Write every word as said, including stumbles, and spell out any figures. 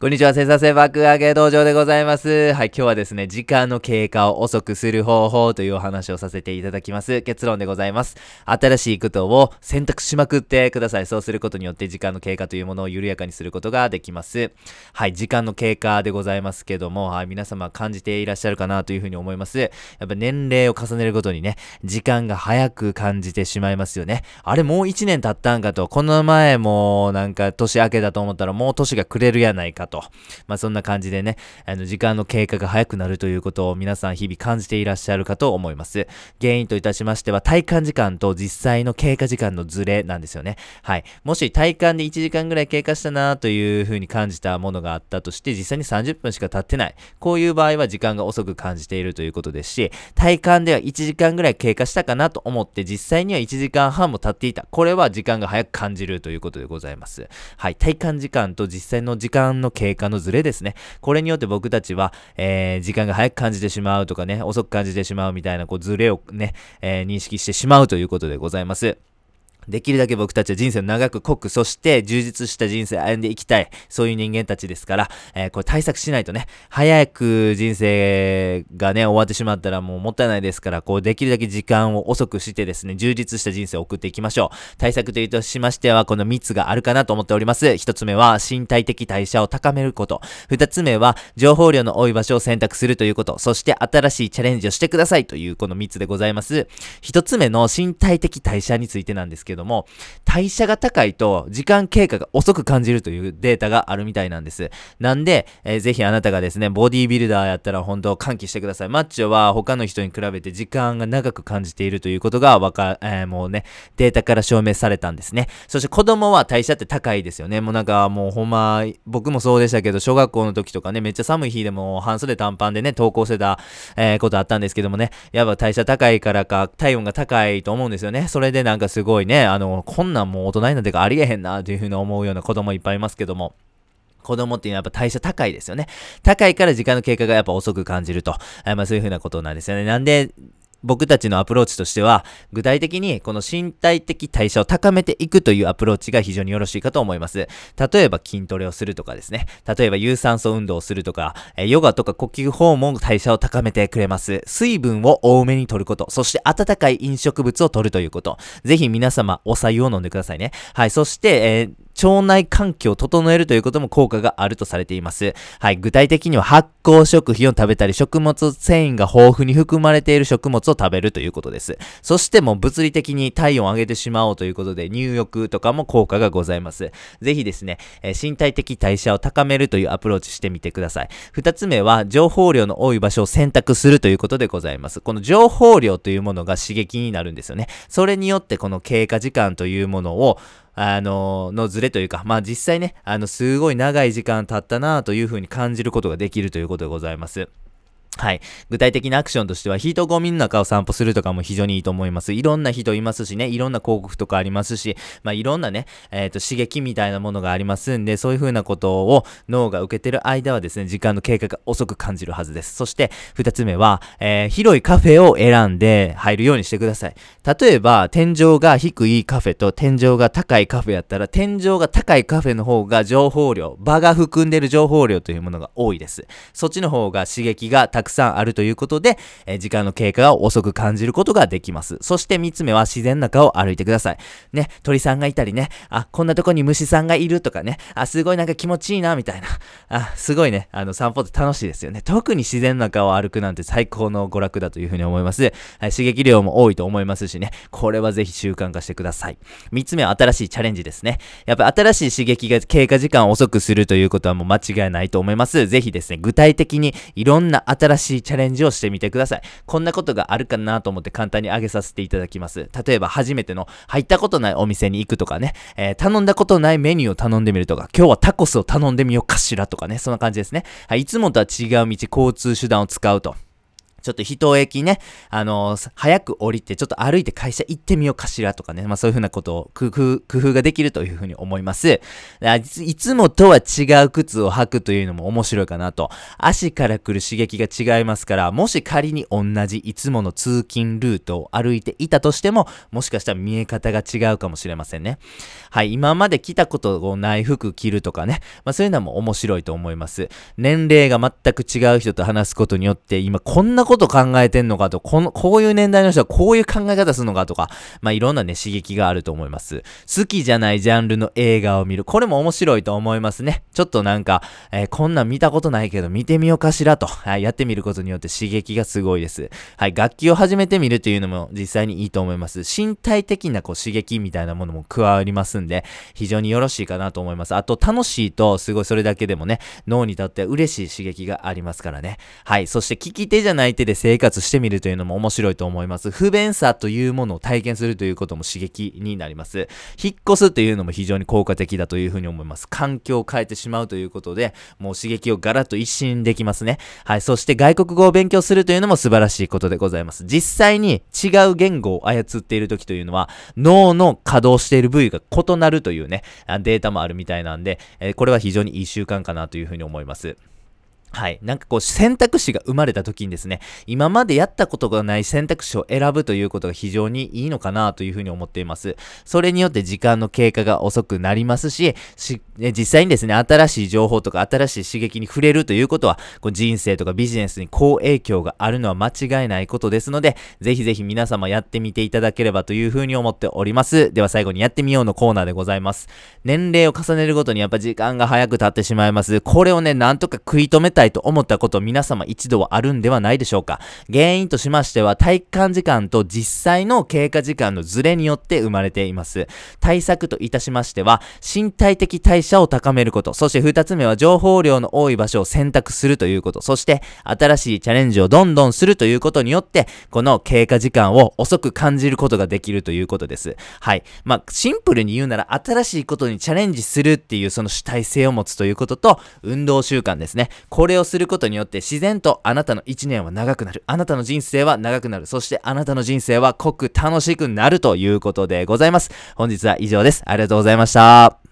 こんにちは、生産性爆上げ道場でございます。はい、今日はですね、時間の経過を遅くする方法というお話をさせていただきます。結論でございます。新しいことを選択しまくってください。そうすることによって時間の経過というものを緩やかにすることができます。はい、時間の経過でございますけども、はい、皆様感じていらっしゃるかなというふうに思います。やっぱ年齢を重ねるごとにね、時間が早く感じてしまいますよね。あれ、もういちねん経ったんかと、この前もなんか年明けだと思ったらもう年が暮れるやないかと。まあそんな感じでね、あの時間の経過が早くなるということを皆さん日々感じていらっしゃるかと思います。原因といたしましては体感時間と実際の経過時間のズレなんですよね。はい。もし体感でいちじかんぐらい経過したなという風に感じたものがあったとして、実際にさんじゅっぷんしか経ってない。こういう場合は時間が遅く感じているということですし、体感ではいちじかんぐらい経過したかなと思って実際にはいちじかんはんも経っていた。これは時間が早く感じるということでございます。はい。体感時間と実際の時間の経過のズレですね。これによって僕たちは、えー、時間が早く感じてしまうとかね、遅く感じてしまうみたいなこうズレをね、えー、認識してしまうということでございます。できるだけ僕たちは人生を長く濃く、そして充実した人生を歩んでいきたい。そういう人間たちですから、えー、これ対策しないとね、早く人生がね、終わってしまったらもうもったいないですから、こうできるだけ時間を遅くしてですね、充実した人生を送っていきましょう。対策というとしましては、このみっつがあるかなと思っております。ひとつめは身体的代謝を高めること。ふたつめは情報量の多い場所を選択するということ。そして新しいチャレンジをしてくださいというこのみっつでございます。ひとつめの身体的代謝についてなんですけど、けども代謝が高いと時間経過が遅く感じるというデータがあるみたいなんです。なんで、えー、ぜひあなたがですねボディービルダーやったら本当喚起してください。マッチョは他の人に比べて時間が長く感じているということがわか、えー、もうねデータから証明されたんですね。そして子供は代謝って高いですよね。もうなんかもうほんま僕もそうでしたけど、小学校の時とかねめっちゃ寒い日でも半袖短パンでね登校してた、えー、ことあったんですけどもね、やっぱ代謝高いからか体温が高いと思うんですよね。それでなんかすごいねあのこんなんもう大人になってかありえへんなというふうに思うような子供いっぱいいますけども、子供っていうのはやっぱ代謝高いですよね。高いから時間の経過がやっぱ遅く感じると、えー、まあそういうふうなことなんですよね。なんで僕たちのアプローチとしては、具体的にこの身体的代謝を高めていくというアプローチが非常によろしいかと思います。例えば筋トレをするとかですね。例えば有酸素運動をするとか、えヨガとか呼吸法も代謝を高めてくれます。水分を多めに摂ること、そして温かい飲食物を摂るということ。ぜひ皆様お白湯を飲んでくださいね。はい、そして、えー腸内環境を整えるということも効果があるとされています。はい、具体的には発酵食品を食べたり、食物繊維が豊富に含まれている食物を食べるということです。そしてもう物理的に体温を上げてしまおうということで、入浴とかも効果がございます。ぜひですね、えー、身体的代謝を高めるというアプローチしてみてください。二つ目は、情報量の多い場所を選択するということでございます。この情報量というものが刺激になるんですよね。それによってこの経過時間というものをあののズレというか、まあ実際ね、あのすごい長い時間経ったなという風に感じることができるということでございます。はい。具体的なアクションとしては、人混みの中を散歩するとかも非常にいいと思います。いろんな人いますしね、いろんな広告とかありますし、まあいろんなね、えっと、刺激みたいなものがありますんで、そういう風なことを脳が受けてる間はですね、時間の経過が遅く感じるはずです。そして、二つ目は、えー、広いカフェを選んで入るようにしてください。例えば、天井が低いカフェと天井が高いカフェやったら、天井が高いカフェの方が情報量、場が含んでる情報量というものが多いです。そっちの方が刺激がたくさんあるということで、えー、時間の経過が遅く感じることができます。そして三つ目は自然の中を歩いてください。ね、鳥さんがいたりね、あ、こんなとこに虫さんがいるとかね、あ、すごいなんか気持ちいいなみたいな、あ、すごいね、あの散歩って楽しいですよね。特に自然の中を歩くなんて最高の娯楽だというふうに思います。はい、刺激量も多いと思いますしね、これはぜひ習慣化してください。三つ目は新しいチャレンジですね。やっぱ新しい刺激が経過時間を遅くするということはもう間違いないと思います。ぜひですね、具体的にいろんな新しいチャレンジをしてみてください。こんなことがあるかなと思って簡単に挙げさせていただきます。例えば初めての入ったことないお店に行くとかね、えー、頼んだことないメニューを頼んでみるとか、今日はタコスを頼んでみようかしらとかね、そんな感じですね。はい、いつもとは違う道、交通手段を使うと。 ちょっと一駅ね、あのー、早く降りて、ちょっと歩いて会社行ってみようかしらとかね、まあそういうふうなことを工夫、工夫ができるというふうに思います。いつもとは違う靴を履くというのも面白いかなと。足から来る刺激が違いますから、もし仮に同じいつもの通勤ルートを歩いていたとしても、もしかしたら見え方が違うかもしれませんね。はい、今まで着たことがない服着るとかね、まあそういうのも面白いと思います。年齢が全く違う人と話すことによって、今こんなこと考えてんのかと、この、こういう年代の人はこういう考え方するのかとか、まあいろんなね、刺激があると思います。好きじゃないジャンルの映画を見る。これも面白いと思いますね。ちょっとなんか、えー、こんなん見たことないけど見てみようかしらと、はい、やってみることによって刺激がすごいです。はい、楽器を始めてみるというのも実際にいいと思います。身体的なこう刺激みたいなものも加わりますんで、非常によろしいかなと思います。あと楽しいと、すごいそれだけでもね、脳にとっては嬉しい刺激がありますからね。はい、そして利き手じゃない手で生活してみるというのも面白いと思います。不便さというものを体験するということも刺激になります。引っ越すというのも非常に効果的だというふうに思います。環境を変えてしまうということで、もう刺激をガラッと一新できますね。はい、そして外国語を勉強するというのも素晴らしいことでございます。実際に違う言語を操っている時というのは、脳の稼働している部位が異なるというね、データもあるみたいなんで、えー、これは非常にいい習慣かなというふうに思います。はい。なんかこう選択肢が生まれた時にですね、今までやったことがない選択肢を選ぶということが非常にいいのかなというふうに思っています。それによって時間の経過が遅くなりますし、し実際にですね、新しい情報とか新しい刺激に触れるということは、こう人生とかビジネスに好影響があるのは間違いないことですので、ぜひぜひ皆様やってみていただければというふうに思っております。では最後にやってみようのコーナーでございます。年齢を重ねるごとにやっぱ時間が早く経ってしまいます。これをね、なんとか食い止めたいと思ったこと皆様一度はあるんではないでしょうか。原因としましては体感時間と実際の経過時間のズレによって生まれています。対策といたしましては身体的代謝を高めること、そして二つ目は情報量の多い場所を選択するということ、そして新しいチャレンジをどんどんするということによってこの経過時間を遅く感じることができるということです。はい。まあシンプルに言うなら新しいことにチャレンジするっていうその主体性を持つということと運動習慣ですね。これをすることによって自然とあなたの一年は長くなる。あなたの人生は長くなる。そしてあなたの人生は濃く楽しくなるということでございます。本日は以上です。ありがとうございました。